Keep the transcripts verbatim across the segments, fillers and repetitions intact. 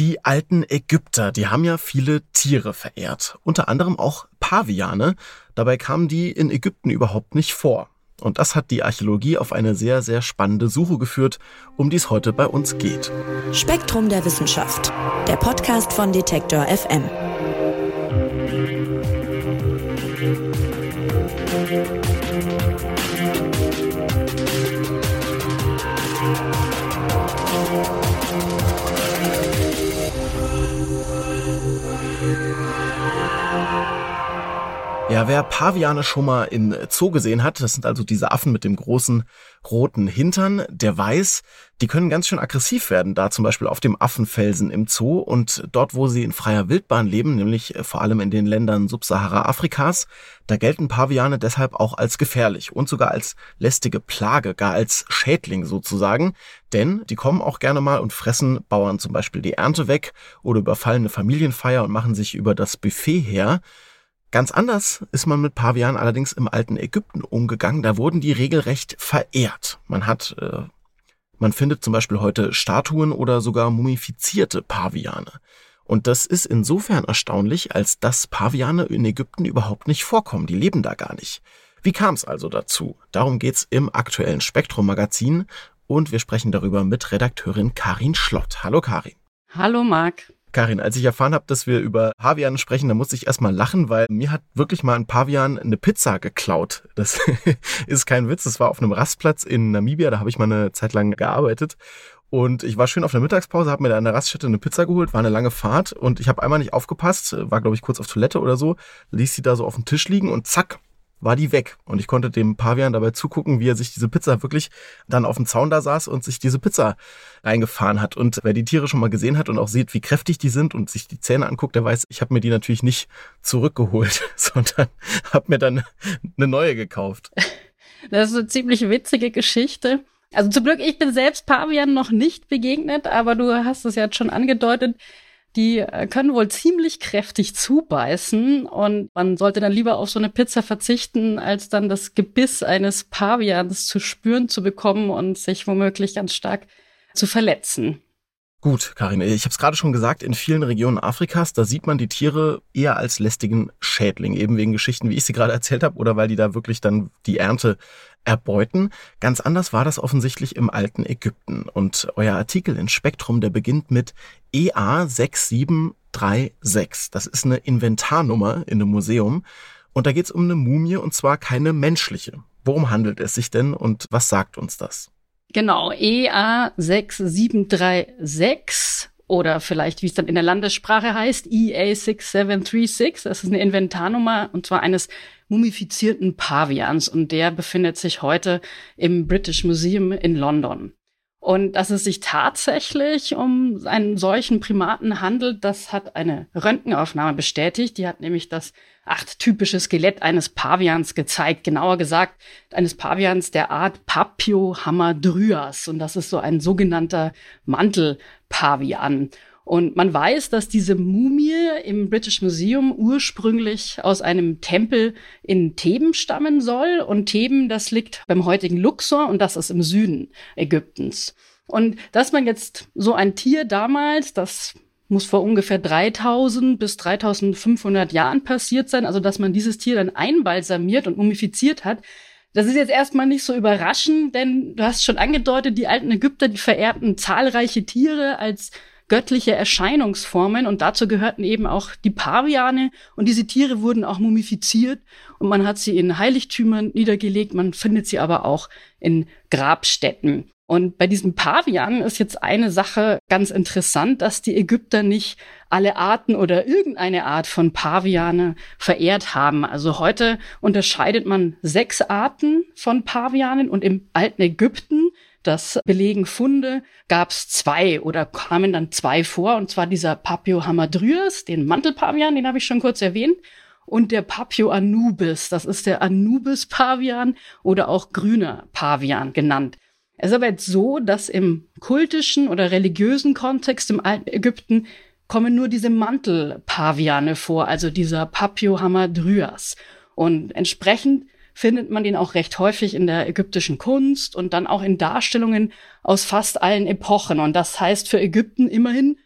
Die alten Ägypter, die haben ja viele Tiere verehrt, unter anderem auch Paviane. Dabei kamen die in Ägypten überhaupt nicht vor. Und das hat die Archäologie auf eine sehr, sehr spannende Suche geführt, um die es heute bei uns geht. Spektrum der Wissenschaft, der Podcast von Detektor F M. Ja, wer Paviane schon mal in Zoo gesehen hat, das sind also diese Affen mit dem großen roten Hintern, der weiß, die können ganz schön aggressiv werden, da zum Beispiel auf dem Affenfelsen im Zoo und dort, wo sie in freier Wildbahn leben, nämlich vor allem in den Ländern Subsahara-Afrikas, da gelten Paviane deshalb auch als gefährlich und sogar als lästige Plage, gar als Schädling sozusagen, denn die kommen auch gerne mal und fressen Bauern zum Beispiel die Ernte weg oder überfallen eine Familienfeier und machen sich über das Buffet her. Ganz anders ist man mit Pavianen allerdings im alten Ägypten umgegangen. Da wurden die regelrecht verehrt. Man hat, äh, man findet zum Beispiel heute Statuen oder sogar mumifizierte Paviane. Und das ist insofern erstaunlich, als dass Paviane in Ägypten überhaupt nicht vorkommen. Die leben da gar nicht. Wie kam es also dazu? Darum geht's im aktuellen Spektrum-Magazin. Und wir sprechen darüber mit Redakteurin Karin Schlott. Hallo Karin. Hallo Marc. Karin, als ich erfahren habe, dass wir über Paviane sprechen, da musste ich erstmal lachen, weil mir hat wirklich mal ein Pavian eine Pizza geklaut. Das ist kein Witz, das war auf einem Rastplatz in Namibia, da habe ich mal eine Zeit lang gearbeitet. Und ich war schön auf der Mittagspause, habe mir da an der Raststätte eine Pizza geholt, war eine lange Fahrt und ich habe einmal nicht aufgepasst, war glaube ich kurz auf Toilette oder so, ließ sie da so auf dem Tisch liegen und zack, war die weg. Und ich konnte dem Pavian dabei zugucken, wie er sich diese Pizza wirklich dann auf dem Zaun da saß und sich diese Pizza reingefahren hat. Und wer die Tiere schon mal gesehen hat und auch sieht, wie kräftig die sind und sich die Zähne anguckt, der weiß, ich habe mir die natürlich nicht zurückgeholt, sondern habe mir dann eine neue gekauft. Das ist eine ziemlich witzige Geschichte. Also zum Glück, ich bin selbst Pavian noch nicht begegnet, aber du hast es ja jetzt schon angedeutet. Die können wohl ziemlich kräftig zubeißen und man sollte dann lieber auf so eine Pizza verzichten, als dann das Gebiss eines Pavians zu spüren zu bekommen und sich womöglich ganz stark zu verletzen. Gut, Karin, ich habe es gerade schon gesagt, in vielen Regionen Afrikas, da sieht man die Tiere eher als lästigen Schädling, eben wegen Geschichten, wie ich sie gerade erzählt habe, oder weil die da wirklich dann die Ernte erbeuten. Ganz anders war das offensichtlich im alten Ägypten. Und euer Artikel in Spektrum, der beginnt mit E A sechs sieben drei sechs. Das ist eine Inventarnummer in einem Museum. Und da geht es um eine Mumie, und zwar keine menschliche. Worum handelt es sich denn und was sagt uns das? Genau, E A sechs sieben drei sechs oder vielleicht, wie es dann in der Landessprache heißt, E A sechs sieben drei sechs. Das ist eine Inventarnummer und zwar eines mumifizierten Pavians und der befindet sich heute im British Museum in London. Und dass es sich tatsächlich um einen solchen Primaten handelt, das hat eine Röntgenaufnahme bestätigt. Die hat nämlich das arttypische Skelett eines Pavians gezeigt. Genauer gesagt, eines Pavians der Art Papio-hamadryas. Und das ist so ein sogenannter Mantelpavian. Und man weiß, dass diese Mumie im British Museum ursprünglich aus einem Tempel in Theben stammen soll. Und Theben, das liegt beim heutigen Luxor und das ist im Süden Ägyptens. Und dass man jetzt so ein Tier damals, das muss vor ungefähr dreitausend bis dreitausendfünfhundert Jahren passiert sein, also dass man dieses Tier dann einbalsamiert und mumifiziert hat, das ist jetzt erstmal nicht so überraschend, denn du hast schon angedeutet, die alten Ägypter, die verehrten zahlreiche Tiere als göttliche Erscheinungsformen und dazu gehörten eben auch die Paviane und diese Tiere wurden auch mumifiziert und man hat sie in Heiligtümern niedergelegt, man findet sie aber auch in Grabstätten. Und bei diesen Pavianen ist jetzt eine Sache ganz interessant, dass die Ägypter nicht alle Arten oder irgendeine Art von Paviane verehrt haben. Also heute unterscheidet man sechs Arten von Pavianen und im alten Ägypten, das belegen Funde, gab es zwei oder kamen dann zwei vor, und zwar dieser Papio-hamadryas, den Mantelpavian, den habe ich schon kurz erwähnt, und der Papio-anubis, das ist der Anubis-Pavian oder auch grüner Pavian genannt. Es ist aber jetzt so, dass im kultischen oder religiösen Kontext im alten Ägypten kommen nur diese Mantelpaviane vor, also dieser Papio-hamadryas. Und entsprechend findet man den auch recht häufig in der ägyptischen Kunst und dann auch in Darstellungen aus fast allen Epochen. Und das heißt für Ägypten immerhin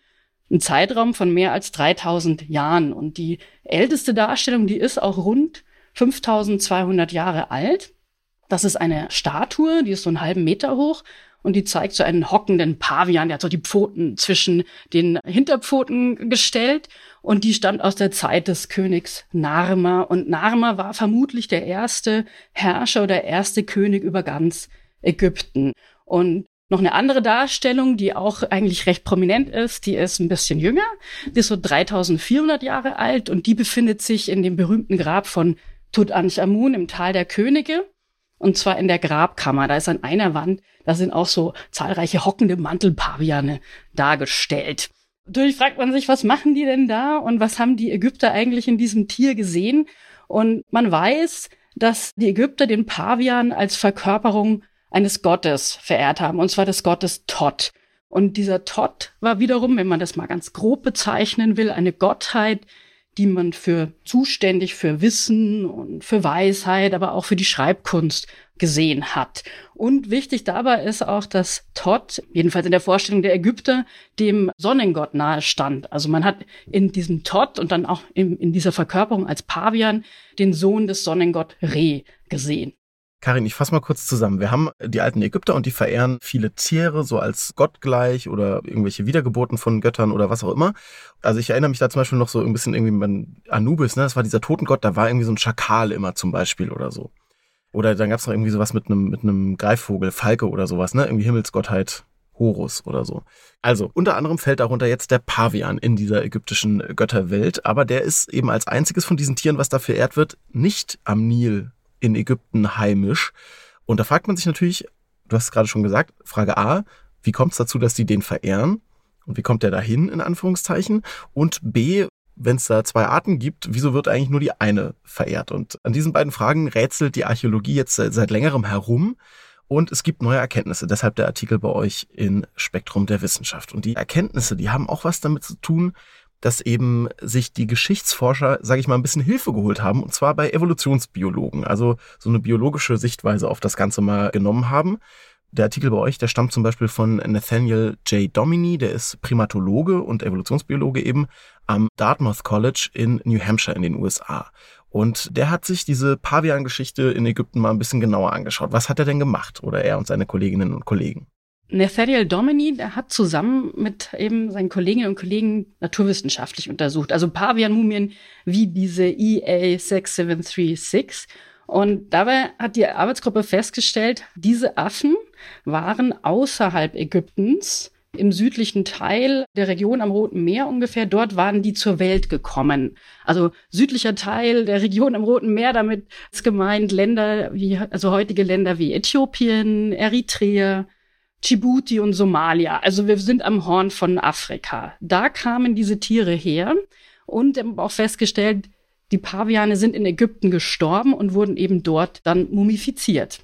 ein Zeitraum von mehr als dreitausend Jahren. Und die älteste Darstellung, die ist auch rund fünftausendzweihundert Jahre alt. Das ist eine Statue, die ist so einen halben Meter hoch und die zeigt so einen hockenden Pavian, der hat so die Pfoten zwischen den Hinterpfoten gestellt und die stammt aus der Zeit des Königs Narmer. Und Narmer war vermutlich der erste Herrscher oder erste König über ganz Ägypten. Und noch eine andere Darstellung, die auch eigentlich recht prominent ist, die ist ein bisschen jünger, die ist so dreitausendvierhundert Jahre alt und die befindet sich in dem berühmten Grab von Tutanchamun im Tal der Könige. Und zwar in der Grabkammer. Da ist an einer Wand, da sind auch so zahlreiche hockende Mantelpaviane dargestellt. Natürlich fragt man sich, was machen die denn da und was haben die Ägypter eigentlich in diesem Tier gesehen? Und man weiß, dass die Ägypter den Pavian als Verkörperung eines Gottes verehrt haben, und zwar des Gottes Thoth. Und dieser Thoth war wiederum, wenn man das mal ganz grob bezeichnen will, eine Gottheit, die man für zuständig für Wissen und für Weisheit, aber auch für die Schreibkunst gesehen hat. Und wichtig dabei ist auch, dass Thoth, jedenfalls in der Vorstellung der Ägypter, dem Sonnengott nahe stand. Also man hat in diesem Thoth und dann auch in, in dieser Verkörperung als Pavian den Sohn des Sonnengott Re gesehen. Karin, ich fasse mal kurz zusammen. Wir haben die alten Ägypter und die verehren viele Tiere so als gottgleich oder irgendwelche Wiedergeburten von Göttern oder was auch immer. Also ich erinnere mich da zum Beispiel noch so ein bisschen irgendwie an Anubis, ne? Das war dieser Totengott, da war irgendwie so ein Schakal immer zum Beispiel oder so. Oder dann gab es noch irgendwie sowas mit einem mit einem Greifvogel, Falke oder sowas, ne? Irgendwie Himmelsgottheit Horus oder so. Also unter anderem fällt darunter jetzt der Pavian in dieser ägyptischen Götterwelt, aber der ist eben als einziges von diesen Tieren, was da verehrt wird, nicht am Nil in Ägypten heimisch. Und da fragt man sich natürlich, du hast es gerade schon gesagt, Frage A, wie kommt es dazu, dass die den verehren? Und wie kommt der dahin, in Anführungszeichen? Und B, wenn es da zwei Arten gibt, wieso wird eigentlich nur die eine verehrt? Und an diesen beiden Fragen rätselt die Archäologie jetzt seit, seit längerem herum. Und es gibt neue Erkenntnisse, deshalb der Artikel bei euch in Spektrum der Wissenschaft. Und die Erkenntnisse, die haben auch was damit zu tun, dass eben sich die Geschichtsforscher, sage ich mal, ein bisschen Hilfe geholt haben, und zwar bei Evolutionsbiologen, also so eine biologische Sichtweise auf das Ganze mal genommen haben. Der Artikel bei euch, der stammt zum Beispiel von Nathaniel J. Dominy, der ist Primatologe und Evolutionsbiologe eben am Dartmouth College in New Hampshire in den U S A. Und der hat sich diese Pavian-Geschichte in Ägypten mal ein bisschen genauer angeschaut. Was hat er denn gemacht, oder er und seine Kolleginnen und Kollegen? Nathaniel Dominy, der hat zusammen mit eben seinen Kolleginnen und Kollegen naturwissenschaftlich untersucht, also Pavian-Mumien wie diese E A sechs sieben drei sechs. Und dabei hat die Arbeitsgruppe festgestellt, diese Affen waren außerhalb Ägyptens, im südlichen Teil der Region am Roten Meer ungefähr, dort waren die zur Welt gekommen. Also südlicher Teil der Region am Roten Meer, damit ist gemeint Länder wie, also heutige Länder wie Äthiopien, Eritrea, Djibouti und Somalia. Also wir sind am Horn von Afrika. Da kamen diese Tiere her und haben auch festgestellt, die Paviane sind in Ägypten gestorben und wurden eben dort dann mumifiziert.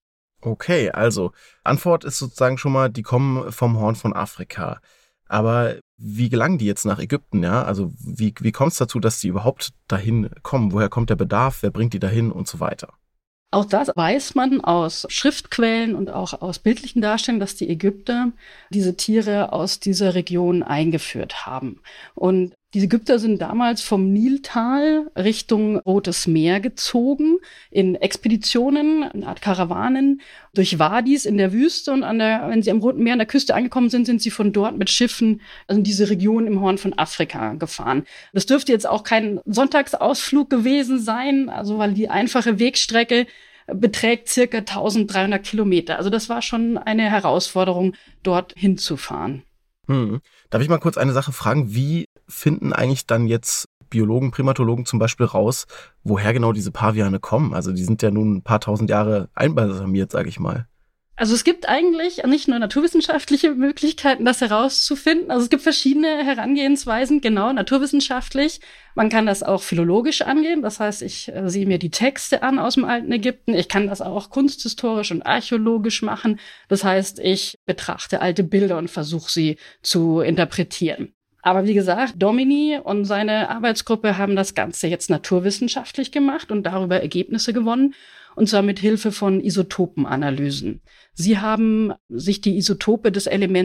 Okay, also Antwort ist sozusagen schon mal, die kommen vom Horn von Afrika. Aber wie gelangen die jetzt nach Ägypten, ja? Also wie, wie kommt es dazu, dass die überhaupt dahin kommen? Woher kommt der Bedarf? Wer bringt die dahin und so weiter? Auch das weiß man aus Schriftquellen und auch aus bildlichen Darstellungen, dass die Ägypter diese Tiere aus dieser Region eingeführt haben. Und die Ägypter sind damals vom Niltal Richtung Rotes Meer gezogen, in Expeditionen, eine Art Karawanen, durch Wadis in der Wüste. Und an der, wenn sie am Roten Meer an der Küste angekommen sind, sind sie von dort mit Schiffen also in diese Region im Horn von Afrika gefahren. Das dürfte jetzt auch kein Sonntagsausflug gewesen sein, also weil die einfache Wegstrecke beträgt circa dreizehnhundert Kilometer. Also das war schon eine Herausforderung, dort hinzufahren. Hm. Darf ich mal kurz eine Sache fragen? Wie finden eigentlich dann jetzt Biologen, Primatologen zum Beispiel raus, woher genau diese Paviane kommen? Also die sind ja nun ein paar tausend Jahre einbalsamiert, sage ich mal. Also es gibt eigentlich nicht nur naturwissenschaftliche Möglichkeiten, das herauszufinden. Also es gibt verschiedene Herangehensweisen, genau, naturwissenschaftlich. Man kann das auch philologisch angehen. Das heißt, ich äh, sehe mir die Texte an aus dem alten Ägypten. Ich kann das auch kunsthistorisch und archäologisch machen. Das heißt, ich betrachte alte Bilder und versuche sie zu interpretieren. Aber wie gesagt, Dominy und seine Arbeitsgruppe haben das Ganze jetzt naturwissenschaftlich gemacht und darüber Ergebnisse gewonnen. Und zwar mit Hilfe von Isotopenanalysen. Sie haben sich die Isotope des Elements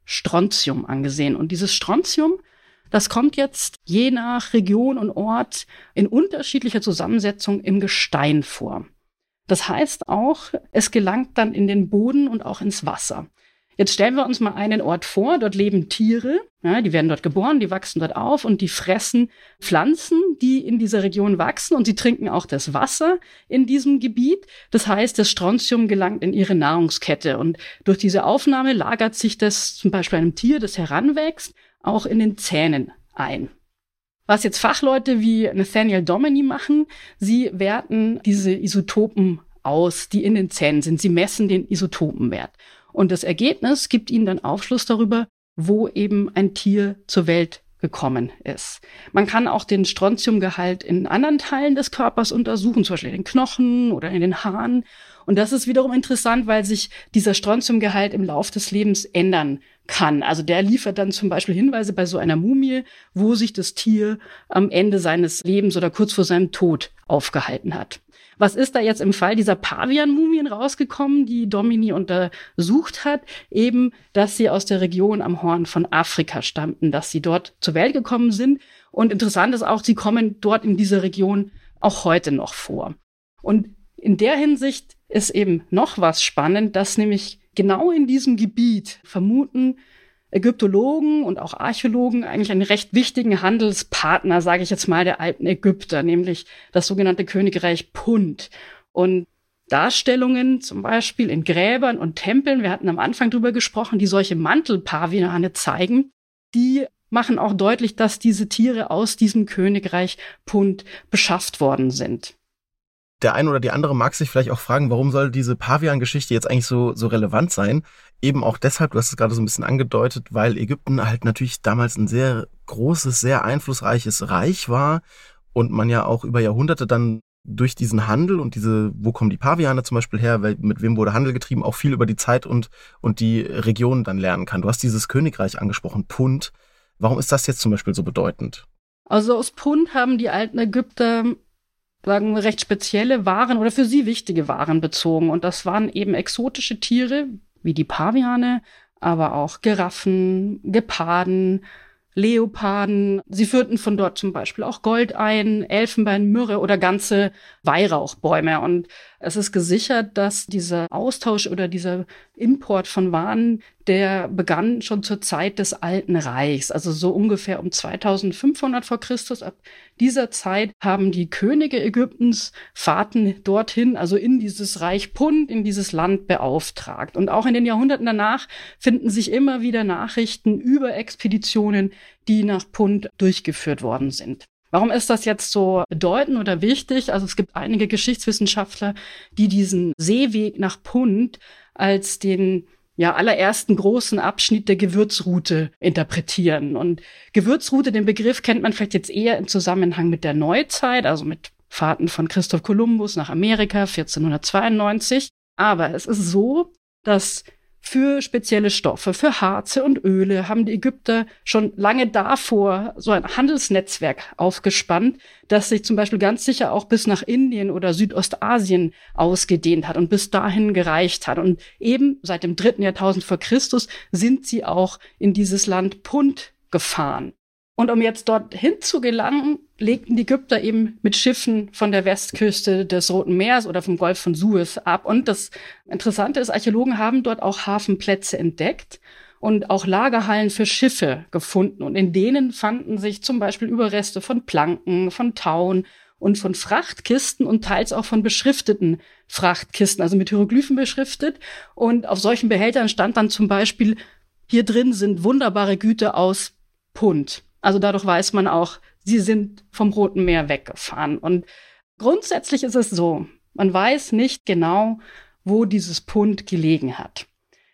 Strontium angesehen. Und dieses Strontium, das kommt jetzt je nach Region und Ort in unterschiedlicher Zusammensetzung im Gestein vor. Das heißt auch, es gelangt dann in den Boden und auch ins Wasser. Jetzt stellen wir uns mal einen Ort vor, dort leben Tiere, ja, die werden dort geboren, die wachsen dort auf und die fressen Pflanzen, die in dieser Region wachsen und sie trinken auch das Wasser in diesem Gebiet. Das heißt, das Strontium gelangt in ihre Nahrungskette und durch diese Aufnahme lagert sich das zum Beispiel einem Tier, das heranwächst, auch in den Zähnen ein. Was jetzt Fachleute wie Nathaniel Dominy machen, sie werten diese Isotopen aus, die in den Zähnen sind. Sie messen den Isotopenwert. Und das Ergebnis gibt ihnen dann Aufschluss darüber, wo eben ein Tier zur Welt gekommen ist. Man kann auch den Strontiumgehalt in anderen Teilen des Körpers untersuchen, zum Beispiel in den Knochen oder in den Haaren. Und das ist wiederum interessant, weil sich dieser Strontiumgehalt im Lauf des Lebens ändern kann. Also der liefert dann zum Beispiel Hinweise bei so einer Mumie, wo sich das Tier am Ende seines Lebens oder kurz vor seinem Tod aufgehalten hat. Was ist da jetzt im Fall dieser Pavian-Mumien rausgekommen, die Dominy untersucht hat? Eben, dass sie aus der Region am Horn von Afrika stammten, dass sie dort zur Welt gekommen sind. Und interessant ist auch, sie kommen dort in dieser Region auch heute noch vor. Und in der Hinsicht ist eben noch was spannend, dass nämlich genau in diesem Gebiet vermuten Ägyptologen und auch Archäologen eigentlich einen recht wichtigen Handelspartner, sage ich jetzt mal, der alten Ägypter, nämlich das sogenannte Königreich Punt. Und Darstellungen zum Beispiel in Gräbern und Tempeln, wir hatten am Anfang drüber gesprochen, die solche Mantelpaviane zeigen, die machen auch deutlich, dass diese Tiere aus diesem Königreich Punt beschafft worden sind. Der eine oder die andere mag sich vielleicht auch fragen, warum soll diese Pavian-Geschichte jetzt eigentlich so, so relevant sein? Eben auch deshalb, du hast es gerade so ein bisschen angedeutet, weil Ägypten halt natürlich damals ein sehr großes, sehr einflussreiches Reich war und man ja auch über Jahrhunderte dann durch diesen Handel und diese, wo kommen die Paviane zum Beispiel her, mit wem wurde Handel getrieben, auch viel über die Zeit und, und die Region dann lernen kann. Du hast dieses Königreich angesprochen, Punt. Warum ist das jetzt zum Beispiel so bedeutend? Also aus Punt haben die alten Ägypter sagen wir, recht spezielle Waren oder für sie wichtige Waren bezogen. Und das waren eben exotische Tiere, wie die Paviane, aber auch Giraffen, Geparden, Leoparden. Sie führten von dort zum Beispiel auch Gold ein, Elfenbein, Myrrhe oder ganze Weihrauchbäume. Und es ist gesichert, dass dieser Austausch oder dieser Import von Waren, der begann schon zur Zeit des Alten Reichs, also so ungefähr um zweitausendfünfhundert vor Christus. Ab dieser Zeit haben die Könige Ägyptens Fahrten dorthin, also in dieses Reich Punt, in dieses Land beauftragt. Und auch in den Jahrhunderten danach finden sich immer wieder Nachrichten über Expeditionen, die nach Punt durchgeführt worden sind. Warum ist das jetzt so bedeutend oder wichtig? Also es gibt einige Geschichtswissenschaftler, die diesen Seeweg nach Punt als den ja allerersten großen Abschnitt der Gewürzroute interpretieren. Und Gewürzroute, den Begriff kennt man vielleicht jetzt eher im Zusammenhang mit der Neuzeit, also mit Fahrten von Christoph Kolumbus nach Amerika vierzehnhundertzweiundneunzig. Aber es ist so, dass für spezielle Stoffe, für Harze und Öle haben die Ägypter schon lange davor so ein Handelsnetzwerk aufgespannt, das sich zum Beispiel ganz sicher auch bis nach Indien oder Südostasien ausgedehnt hat und bis dahin gereicht hat. Und eben seit dem dritten Jahrtausend vor Christus sind sie auch in dieses Land Punt gefahren. Und um jetzt dorthin zu gelangen, legten die Ägypter eben mit Schiffen von der Westküste des Roten Meeres oder vom Golf von Suez ab. Und das Interessante ist, Archäologen haben dort auch Hafenplätze entdeckt und auch Lagerhallen für Schiffe gefunden. Und in denen fanden sich zum Beispiel Überreste von Planken, von Tauen und von Frachtkisten und teils auch von beschrifteten Frachtkisten, also mit Hieroglyphen beschriftet. Und auf solchen Behältern stand dann zum Beispiel, hier drin sind wunderbare Güter aus Punt. Also dadurch weiß man auch, sie sind vom Roten Meer weggefahren. Und grundsätzlich ist es so, man weiß nicht genau, wo dieses Punt gelegen hat.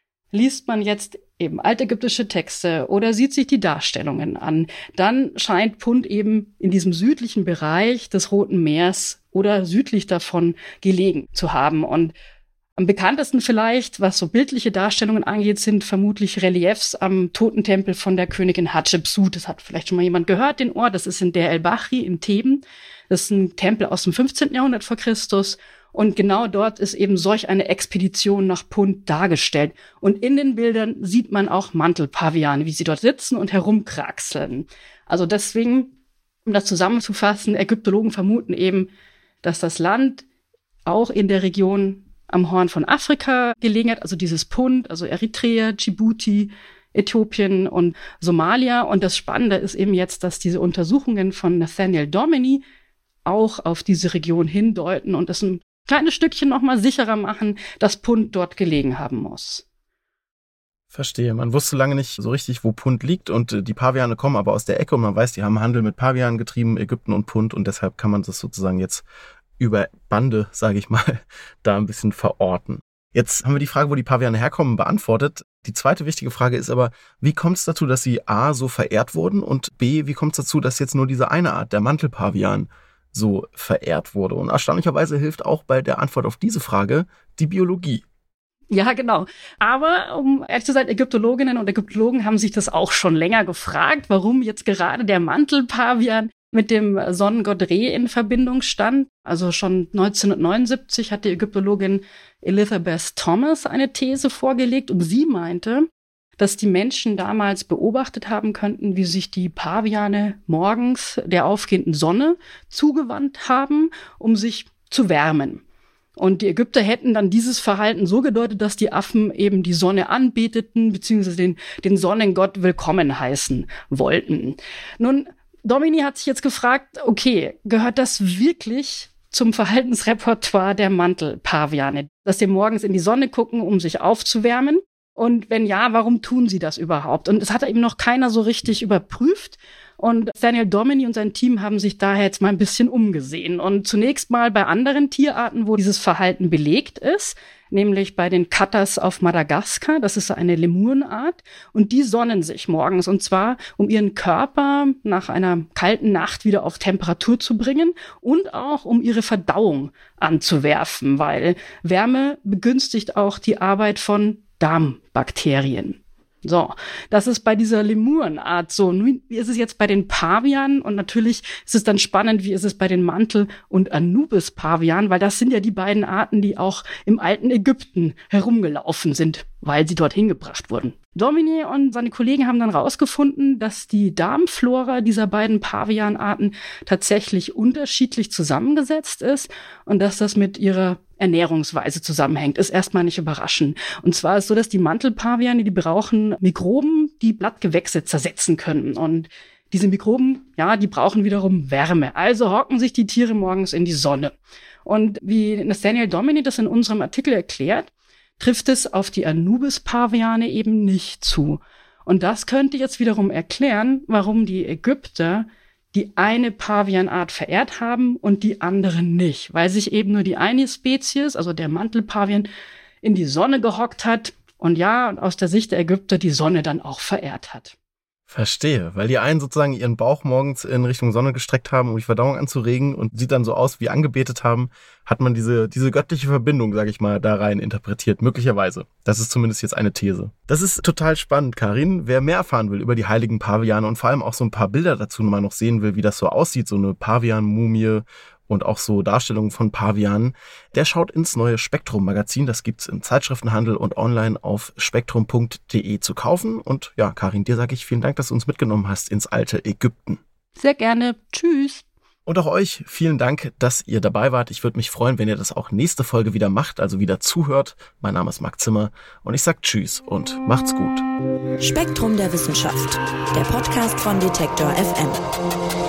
Liest man jetzt eben altägyptische Texte oder sieht sich die Darstellungen an, dann scheint Punt eben in diesem südlichen Bereich des Roten Meers oder südlich davon gelegen zu haben. Und am bekanntesten vielleicht, was so bildliche Darstellungen angeht, sind vermutlich Reliefs am Totentempel von der Königin Hatschepsut. Das hat vielleicht schon mal jemand gehört, den Ort. Das ist in Der el-Bahri in Theben. Das ist ein Tempel aus dem fünfzehnten Jahrhundert vor Christus. Und genau dort ist eben solch eine Expedition nach Punt dargestellt. Und in den Bildern sieht man auch Mantelpaviane, wie sie dort sitzen und herumkraxeln. Also deswegen, um das zusammenzufassen, Ägyptologen vermuten eben, dass das Land auch in der Region am Horn von Afrika gelegen hat, also dieses Punt, also Eritrea, Djibouti, Äthiopien und Somalia. Und das Spannende ist eben jetzt, dass diese Untersuchungen von Nathaniel Dominy auch auf diese Region hindeuten und es ein kleines Stückchen noch mal sicherer machen, dass Punt dort gelegen haben muss. Verstehe. Man wusste lange nicht so richtig, wo Punt liegt und die Paviane kommen aber aus der Ecke und man weiß, die haben Handel mit Pavianen getrieben, Ägypten und Punt und deshalb kann man das sozusagen jetzt über Bande, sage ich mal, da ein bisschen verorten. Jetzt haben wir die Frage, wo die Paviane herkommen, beantwortet. Die zweite wichtige Frage ist aber, wie kommt es dazu, dass sie A, so verehrt wurden und B, wie kommt es dazu, dass jetzt nur diese eine Art, der Mantelpavian, so verehrt wurde? Und erstaunlicherweise hilft auch bei der Antwort auf diese Frage die Biologie. Ja, genau. Aber um ehrlich zu sein, Ägyptologinnen und Ägyptologen haben sich das auch schon länger gefragt, warum jetzt gerade der Mantelpavian mit dem Sonnengott Re in Verbindung stand. Also schon neunzehnhundertneunundsiebzig hat die Ägyptologin Elizabeth Thomas eine These vorgelegt und sie meinte, dass die Menschen damals beobachtet haben könnten, wie sich die Paviane morgens der aufgehenden Sonne zugewandt haben, um sich zu wärmen. Und die Ägypter hätten dann dieses Verhalten so gedeutet, dass die Affen eben die Sonne anbeteten, beziehungsweise den, den Sonnengott willkommen heißen wollten. Nun, Dominy hat sich jetzt gefragt, okay, gehört das wirklich zum Verhaltensrepertoire der Mantelpaviane, dass die morgens in die Sonne gucken, um sich aufzuwärmen? Und wenn ja, warum tun sie das überhaupt? Und es hat eben noch keiner so richtig überprüft. Und Nathaniel Dominy und sein Team haben sich daher jetzt mal ein bisschen umgesehen. Und zunächst mal bei anderen Tierarten, wo dieses Verhalten belegt ist, nämlich bei den Katters auf Madagaskar. Das ist eine Lemurenart. Und die sonnen sich morgens. Und zwar, um ihren Körper nach einer kalten Nacht wieder auf Temperatur zu bringen und auch um ihre Verdauung anzuwerfen, weil Wärme begünstigt auch die Arbeit von Darmbakterien. So, das ist bei dieser Lemurenart so. Nun, wie ist es jetzt bei den Pavianen? Und natürlich ist es dann spannend, wie ist es bei den Mantel- und Anubis-Pavianen, weil das sind ja die beiden Arten, die auch im alten Ägypten herumgelaufen sind, weil sie dorthin gebracht wurden. Dominy und seine Kollegen haben dann rausgefunden, dass die Darmflora dieser beiden Pavianarten tatsächlich unterschiedlich zusammengesetzt ist und dass das mit ihrer Ernährungsweise zusammenhängt, ist erstmal nicht überraschend. Und zwar ist es so, dass die Mantelpaviane, die brauchen Mikroben, die Blattgewächse zersetzen können. Und diese Mikroben, ja, die brauchen wiederum Wärme. Also hocken sich die Tiere morgens in die Sonne. Und wie Nathaniel Dominy das in unserem Artikel erklärt, trifft es auf die Anubis-Paviane eben nicht zu. Und das könnte jetzt wiederum erklären, warum die Ägypter die eine Pavianart verehrt haben und die andere nicht, weil sich eben nur die eine Spezies, also der Mantelpavian, in die Sonne gehockt hat und ja, aus der Sicht der Ägypter die Sonne dann auch verehrt hat. Verstehe, weil die einen sozusagen ihren Bauch morgens in Richtung Sonne gestreckt haben, um die Verdauung anzuregen und sieht dann so aus, wie angebetet haben, hat man diese diese göttliche Verbindung, sage ich mal, da rein interpretiert, möglicherweise. Das ist zumindest jetzt eine These. Das ist total spannend, Karin. Wer mehr erfahren will über die heiligen Paviane und vor allem auch so ein paar Bilder dazu mal noch sehen will, wie das so aussieht, so eine Pavian-Mumie und auch so Darstellungen von Pavianen, der schaut ins neue Spektrum-Magazin. Das gibt's im Zeitschriftenhandel und online auf spektrum punkt de zu kaufen. Und ja, Karin, dir sage ich vielen Dank, dass du uns mitgenommen hast ins alte Ägypten. Sehr gerne. Tschüss. Und auch euch vielen Dank, dass ihr dabei wart. Ich würde mich freuen, wenn ihr das auch nächste Folge wieder macht, also wieder zuhört. Mein Name ist Marc Zimmer und ich sag Tschüss und macht's gut. Spektrum der Wissenschaft, der Podcast von Detektor F M.